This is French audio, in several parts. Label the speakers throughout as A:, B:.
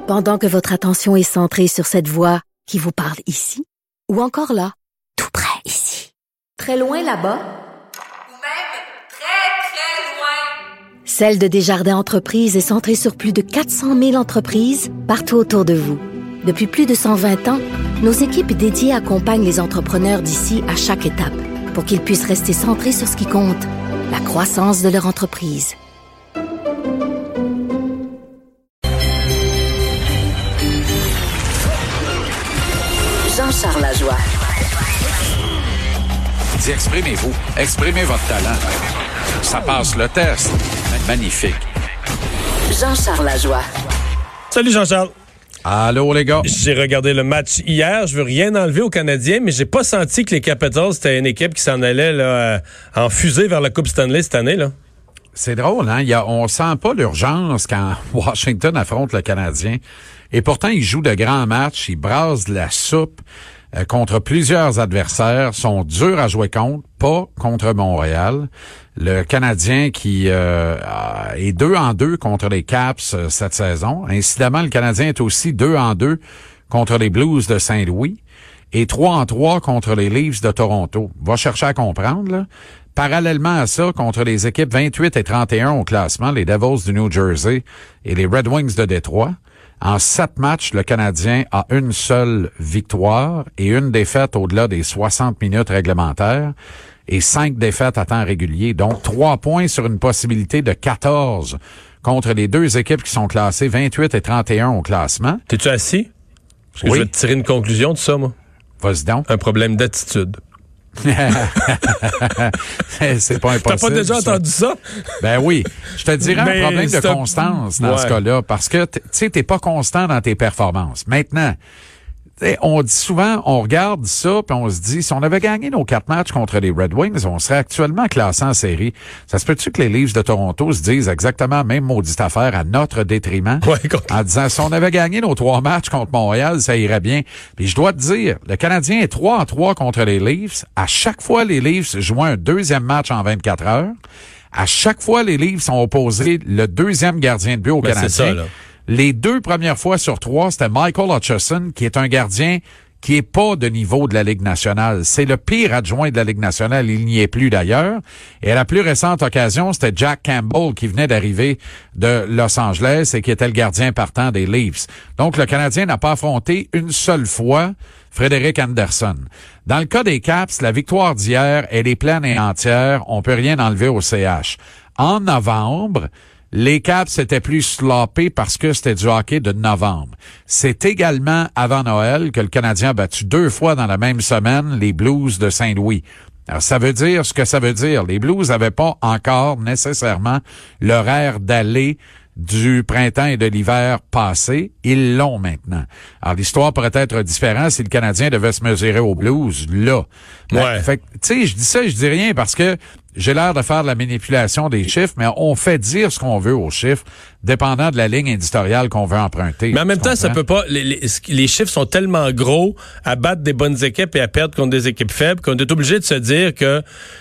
A: Pendant que votre attention est centrée sur cette voix qui vous parle ici, ou encore là, tout près ici, très loin là-bas,
B: ou même très, très loin.
A: Celle de Desjardins Entreprises est centrée sur plus de 400 000 entreprises partout autour de vous. Depuis plus de 120 ans, nos équipes dédiées accompagnent les entrepreneurs d'ici à chaque étape pour qu'ils puissent rester centrés sur ce qui compte, la croissance de leur entreprise.
C: Jean-Charles Lajoie.
D: Dis, exprimez-vous. Exprimez votre talent. Ça passe le test. Magnifique.
C: Jean-Charles Lajoie.
E: Salut Jean-Charles.
D: Allô les gars.
E: J'ai regardé le match hier. Je veux rien enlever aux Canadiens, mais j'ai pas senti que les Capitals, c'était une équipe qui s'en allait là, en fusée vers la Coupe Stanley cette année, là.
D: C'est drôle, hein? On sent pas l'urgence quand Washington affronte le Canadien. Et pourtant, ils jouent de grands matchs. Ils brassent de la soupe contre plusieurs adversaires. Sont durs à jouer contre, pas contre Montréal. Le Canadien qui est 2-2 contre les Caps cette saison. Incidemment, le Canadien est aussi 2-2 contre les Blues de Saint-Louis et 3-3 contre les Leafs de Toronto. Va chercher à comprendre, là. Parallèlement à ça, contre les équipes 28 et 31 au classement, les Devils du New Jersey et les Red Wings de Détroit, en 7 matchs, le Canadien a une seule victoire et une défaite au-delà des 60 minutes réglementaires et 5 défaites à temps régulier. Donc, 3 points sur une possibilité de 14 contre les deux équipes qui sont classées 28 et 31 au classement.
E: T'es-tu assis? Parce que
D: Oui.
E: je vais te tirer une conclusion de ça, moi.
D: Vas-y donc.
E: Un problème d'attitude.
D: C'est pas impossible.
E: T'as pas déjà entendu ça?
D: Ben oui. Je te dirais
E: Mais
D: un problème de
E: c'est
D: constance dans ce
E: Ouais.
D: cas-là, parce que, tu sais, t'es pas constant dans tes performances. Maintenant, t'sais, on dit souvent, on regarde ça, puis on se dit, si on avait gagné nos 4 matchs contre les Red Wings, on serait actuellement classé en série. Ça se peut-tu que les Leafs de Toronto se disent exactement la même maudite affaire à notre détriment?
E: Ouais, contre-
D: En disant, si on avait gagné nos 3 matchs contre Montréal, ça irait bien. Puis je dois te dire, le Canadien est 3-3 contre les Leafs. À chaque fois, les Leafs jouent un deuxième match en 24 heures. À chaque fois, les Leafs ont opposé le deuxième gardien de but au
E: Ben,
D: Canadien.
E: c'est ça, là.
D: Les 2 premières fois sur 3, c'était Michael Hutchison, qui est un gardien qui est pas de niveau de la Ligue nationale. C'est le pire adjoint de la Ligue nationale. Il n'y est plus d'ailleurs. Et à la plus récente occasion, c'était Jack Campbell qui venait d'arriver de Los Angeles et qui était le gardien partant des Leafs. Donc, le Canadien n'a pas affronté une seule fois Frédéric Anderson. Dans le cas des Caps, la victoire d'hier, elle est pleine et entière. On peut rien enlever au CH. En novembre, les Caps étaient plus sloppés parce que c'était du hockey de novembre. C'est également avant Noël que le Canadien a battu 2 fois dans la même semaine les Blues de Saint-Louis. Alors, ça veut dire ce que ça veut dire. Les Blues n'avaient pas encore nécessairement l'horaire d'aller du printemps et de l'hiver passé. Ils l'ont maintenant. Alors, l'histoire pourrait être différente si le Canadien devait se mesurer aux Blues, là.
E: Ouais.
D: Fait que, tu sais, je dis ça, je dis rien parce que j'ai l'air de faire de la manipulation des chiffres, mais on fait dire ce qu'on veut aux chiffres, dépendant de la ligne éditoriale qu'on veut emprunter.
E: Mais en même
D: Tu
E: temps, ça
D: comprends?
E: peut pas. Les chiffres sont tellement gros à battre des bonnes équipes et à perdre contre des équipes faibles qu'on est obligé de se dire que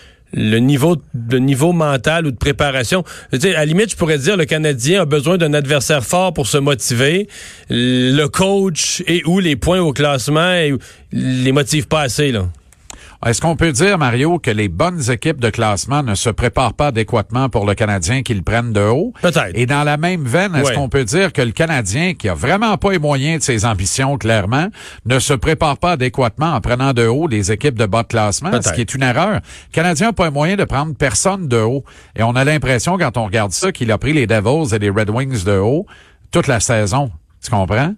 E: le niveau mental ou de préparation. Je veux dire, à la limite, je pourrais dire le Canadien a besoin d'un adversaire fort pour se motiver. Le coach et ou les points au classement les motivent pas assez, là.
D: Est-ce qu'on peut dire, Mario, que les bonnes équipes de classement ne se préparent pas adéquatement pour le Canadien qu'ils prennent de haut?
E: Peut-être.
D: Et dans la même veine, est-ce
E: Ouais.
D: qu'on peut dire que le Canadien, qui a vraiment pas les moyens de ses ambitions, clairement, ne se prépare pas adéquatement en prenant de haut des équipes de bas de classement,
E: Peut-être.
D: ce qui est une erreur. Le Canadien n'a pas les moyens de prendre personne de haut. Et on a l'impression, quand on regarde ça, qu'il a pris les Devils et les Red Wings de haut toute la saison. Tu comprends?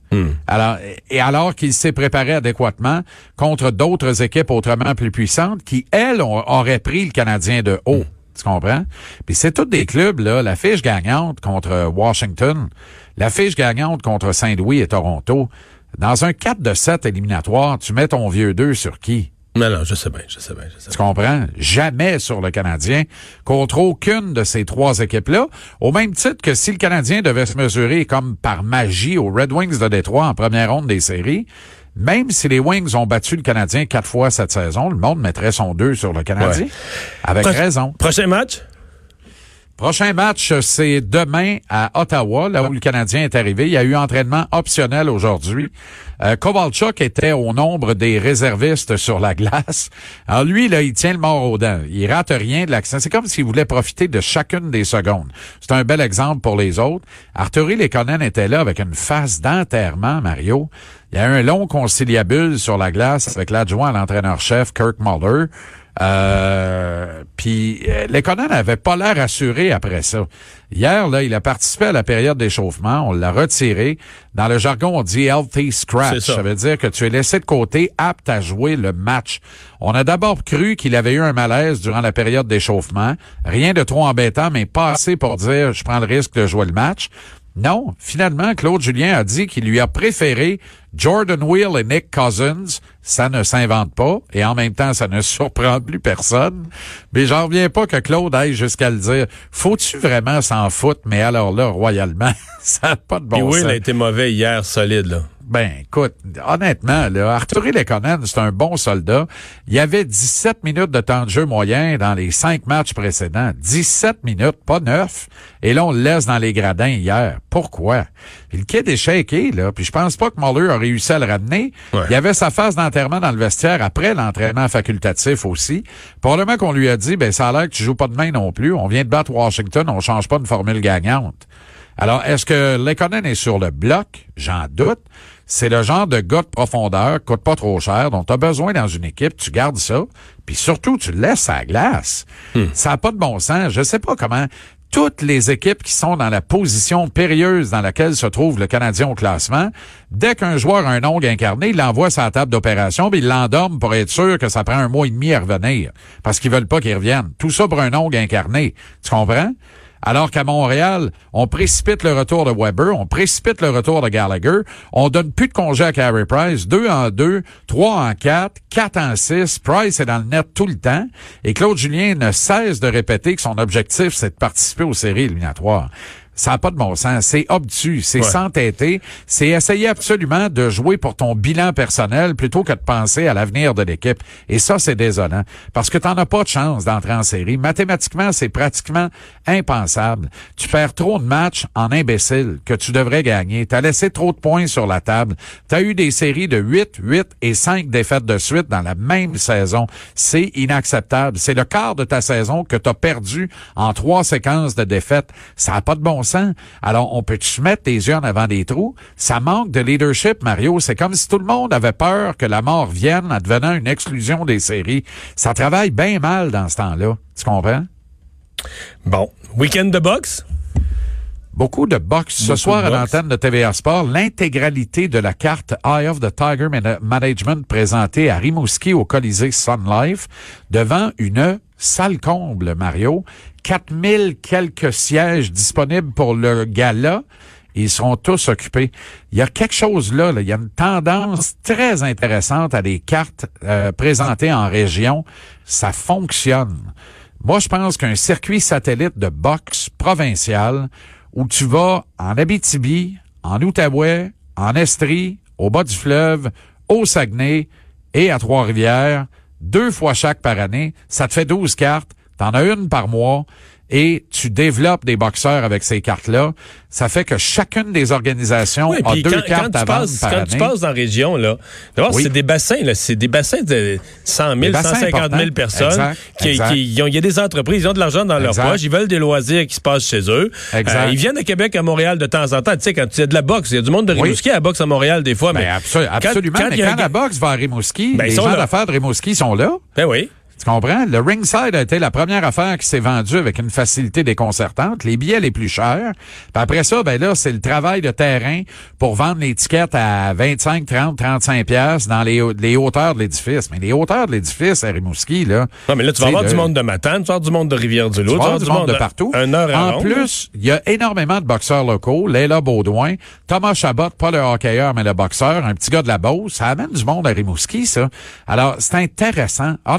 D: Alors qu'il s'est préparé adéquatement contre d'autres équipes autrement plus puissantes qui, elles, auraient pris le Canadien de haut. Tu comprends? Puis c'est tous des clubs, là, la fiche gagnante contre Washington, la fiche gagnante contre Saint-Louis et Toronto. Dans un 4-7 éliminatoire, tu mets ton vieux 2 sur qui?
E: Non, je sais bien.
D: Tu comprends? Jamais sur le Canadien contre aucune de ces 3 équipes-là. Au même titre que si le Canadien devait se mesurer comme par magie aux Red Wings de Détroit en première ronde des séries, même si les Wings ont battu le Canadien 4 fois cette saison, le monde mettrait son 2 sur le Canadien. Avec raison.
E: Prochain match?
D: Prochain match, c'est demain à Ottawa, là où le Canadien est arrivé. Il y a eu entraînement optionnel aujourd'hui. Kovalchuk était au nombre des réservistes sur la glace. Alors lui, là, il tient le mort aux dents. Il rate rien de l'accent. C'est comme s'il voulait profiter de chacune des secondes. C'est un bel exemple pour les autres. Artturi Lekonen était là avec une face d'enterrement, Mario. Il y a eu un long conciliabule sur la glace avec l'adjoint à l'entraîneur-chef, Kirk Muller. Puis Lekonen n'avait pas l'air assuré après ça. Hier, là, il a participé à la période d'échauffement. On l'a retiré. Dans le jargon, on dit healthy scratch. Ça veut dire que tu es laissé de côté, apte à jouer le match. On a d'abord cru qu'il avait eu un malaise durant la période d'échauffement. Rien de trop embêtant, mais pas assez pour dire je prends le risque de jouer le match. Non, finalement, Claude Julien a dit qu'il lui a préféré Jordan Weal et Nick Cousins. Ça ne s'invente pas, et en même temps, ça ne surprend plus personne. Mais j'en reviens pas que Claude aille jusqu'à le dire. Faut-tu vraiment s'en foutre? Mais alors là, royalement, ça n'a pas de bon sens.
E: Et Weal a été mauvais hier, solide, là.
D: Ben, écoute, honnêtement, là, Artturi Lekonen, c'est un bon soldat. Il y avait 17 minutes de temps de jeu moyen dans les 5 matchs précédents. 17 minutes, pas 9. Et là, on le laisse dans les gradins hier. Pourquoi? Puis le kid est shaké, là. Puis je pense pas que Muller a réussi à le ramener. Ouais. Il y avait sa phase d'enterrement dans le vestiaire après l'entraînement facultatif aussi. Probablement qu'on lui a dit, ben, ça a l'air que tu joues pas demain non plus. On vient de battre Washington, on change pas une formule gagnante. Alors, est-ce que Lekonen est sur le bloc? J'en doute. C'est le genre de gars de profondeur, coûte pas trop cher, dont tu as besoin dans une équipe, tu gardes ça, puis surtout, tu le laisses à la glace. Ça n'a pas de bon sens. Je sais pas comment toutes les équipes qui sont dans la position périlleuse dans laquelle se trouve le Canadien au classement, dès qu'un joueur a un ongle incarné, il l'envoie sur la table d'opération, puis il l'endorme pour être sûr que ça prend 1 mois et demi à revenir, parce qu'ils veulent pas qu'il revienne. Tout ça pour un ongle incarné. Tu comprends? Alors qu'à Montréal, on précipite le retour de Weber, on précipite le retour de Gallagher, on donne plus de congés à Carey Price, 2 en 2, 3 en 4, 4 en 6, Price est dans le net tout le temps, et Claude Julien ne cesse de répéter que son objectif, c'est de participer aux séries éliminatoires. Ça n'a pas de bon sens. C'est obtus, c'est s'entêter, c'est essayer absolument de jouer pour ton bilan personnel plutôt que de penser à l'avenir de l'équipe. Et ça, c'est désolant. Parce que t'en as pas de chance d'entrer en série. Mathématiquement, c'est pratiquement impensable. Tu perds trop de matchs en imbécile que tu devrais gagner. T'as laissé trop de points sur la table. T'as eu des séries de 8, 8 et 5 défaites de suite dans la même saison. C'est inacceptable. C'est le quart de ta saison que t'as perdu en 3 séquences de défaites. Ça n'a pas de bon sens. Alors, on peut se mettre les yeux en avant des trous? Ça manque de leadership, Mario. C'est comme si tout le monde avait peur que la mort vienne en devenant une exclusion des séries. Ça travaille bien mal dans ce temps-là. Tu comprends?
E: Bon. Week-end de boxe?
D: Beaucoup de boxe. Ce soir, à l'antenne de TVA Sport, l'intégralité de la carte Eye of the Tiger Management présentée à Rimouski au Colisée Sun Life devant une salle comble, Mario. 4000 quelques sièges disponibles pour le gala. Ils seront tous occupés. Il y a quelque chose là. Il y a une tendance très intéressante à des cartes présentées en région. Ça fonctionne. Moi, je pense qu'un circuit satellite de boxe provincial où tu vas en Abitibi, en Outaouais, en Estrie, au bas du fleuve, au Saguenay et à Trois-Rivières, 2 fois chaque par année, ça te fait 12 cartes. T'en as une par mois et tu développes des boxeurs avec ces cartes-là. Ça fait que chacune des organisations a 2 cartes à vendre par année.
E: Quand tu passes dans la région, là, d'abord, c'est des bassins, là, c'est des bassins de 100 000, 150 000 personnes. Il y a des entreprises, ils ont de l'argent dans leur poche, ils veulent des loisirs qui se passent chez eux. Ils viennent à Québec, à Montréal de temps en temps. Tu sais, quand tu as de la boxe, il y a du monde de Rimouski à la boxe à Montréal des fois. Mais
D: absolument. Quand la boxe va à Rimouski, les gens d'affaires de Rimouski sont là.
E: Ben oui.
D: Tu comprends? Le Ringside a été la première affaire qui s'est vendue avec une facilité déconcertante. Les billets les plus chers. Puis après ça, ben là, c'est le travail de terrain pour vendre l'étiquette à 25, 30, 35 piastres dans les hauteurs de l'édifice. Mais les hauteurs de l'édifice à Rimouski, là...
E: Non, mais là, tu vas avoir du monde de Matane, tu vas avoir du monde de Rivière-du-Loup, tu vas avoir
D: du monde de partout. En plus, il y a énormément de boxeurs locaux. Léla Baudouin, Thomas Chabot, pas le hockeyeur, mais le boxeur, un petit gars de la Beauce. Ça amène du monde à Rimouski, ça. Alors, c'est intéressant. Honnêtement,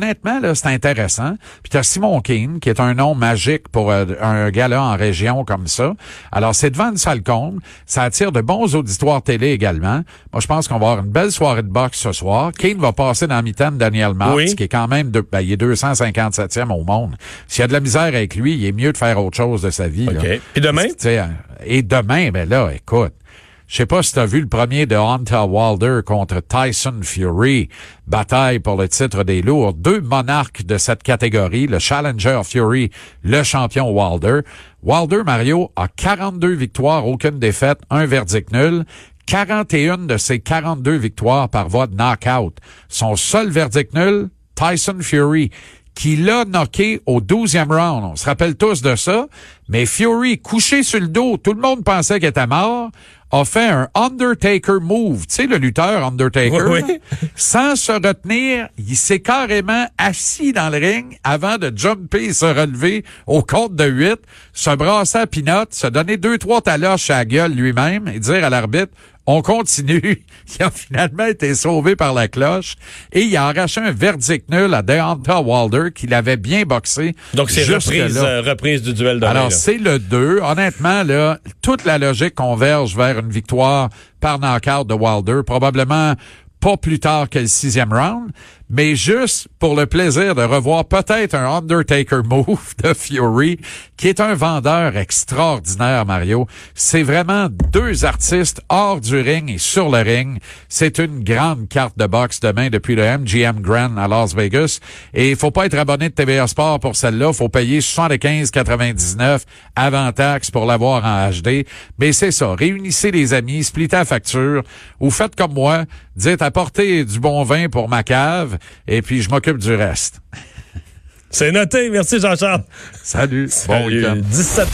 D: là, c'est intéressant. Puis t'as Simon Keane, qui est un nom magique pour un gala en région comme ça. Alors, c'est devant une salle comble. Ça attire de bons auditoires télé également. Moi, je pense qu'on va avoir une belle soirée de boxe ce soir. Keane va passer dans la mi-temps de Daniel Martz, qui est quand même il est 257e au monde. S'il y a de la misère avec lui, il est mieux de faire autre chose de sa vie.
E: OK.
D: Là.
E: Et demain?
D: Et demain, ben là, écoute, je sais pas si tu as vu le premier de Hunter Wilder contre Tyson Fury. Bataille pour le titre des lourds. 2 monarques de cette catégorie, le Challenger Fury, le champion Wilder. Wilder, Mario, a 42 victoires, aucune défaite, un verdict nul. 41 de ses 42 victoires par voie de knockout. Son seul verdict nul, Tyson Fury, qui l'a knocké au 12e round. On se rappelle tous de ça. Mais Fury, couché sur le dos, tout le monde pensait qu'il était mort, a fait un Undertaker move. Tu sais, le lutteur Undertaker,
E: oui.
D: sans se retenir, il s'est carrément assis dans le ring avant de jumper et se relever au compte de 8, se brasser à pinotte, se donner 2-3 taloches à la gueule lui-même et dire à l'arbitre, on continue. Il a finalement été sauvé par la cloche et il a arraché un verdict nul à Deontay Wilder qui l'avait bien boxé.
E: Donc c'est reprise du duel de
D: Alors c'est le 2. Honnêtement, là, toute la logique converge vers une victoire par knockout de Wilder. Probablement pas plus tard que le 6e round, mais juste pour le plaisir de revoir peut-être un Undertaker move de Fury, qui est un vendeur extraordinaire, Mario. C'est vraiment 2 artistes hors du ring et sur le ring. C'est une grande carte de boxe demain depuis le MGM Grand à Las Vegas. Et il faut pas être abonné de TVA Sport pour celle-là. Faut payer 75,99 avant taxe pour l'avoir en HD. Mais c'est ça. Réunissez les amis, splittez la facture, ou faites comme moi, dites apportez du bon vin pour ma cave, et puis je m'occupe du reste.
E: C'est noté. Merci, Jean-Charles.
D: Salut. Bon week-end.
E: 17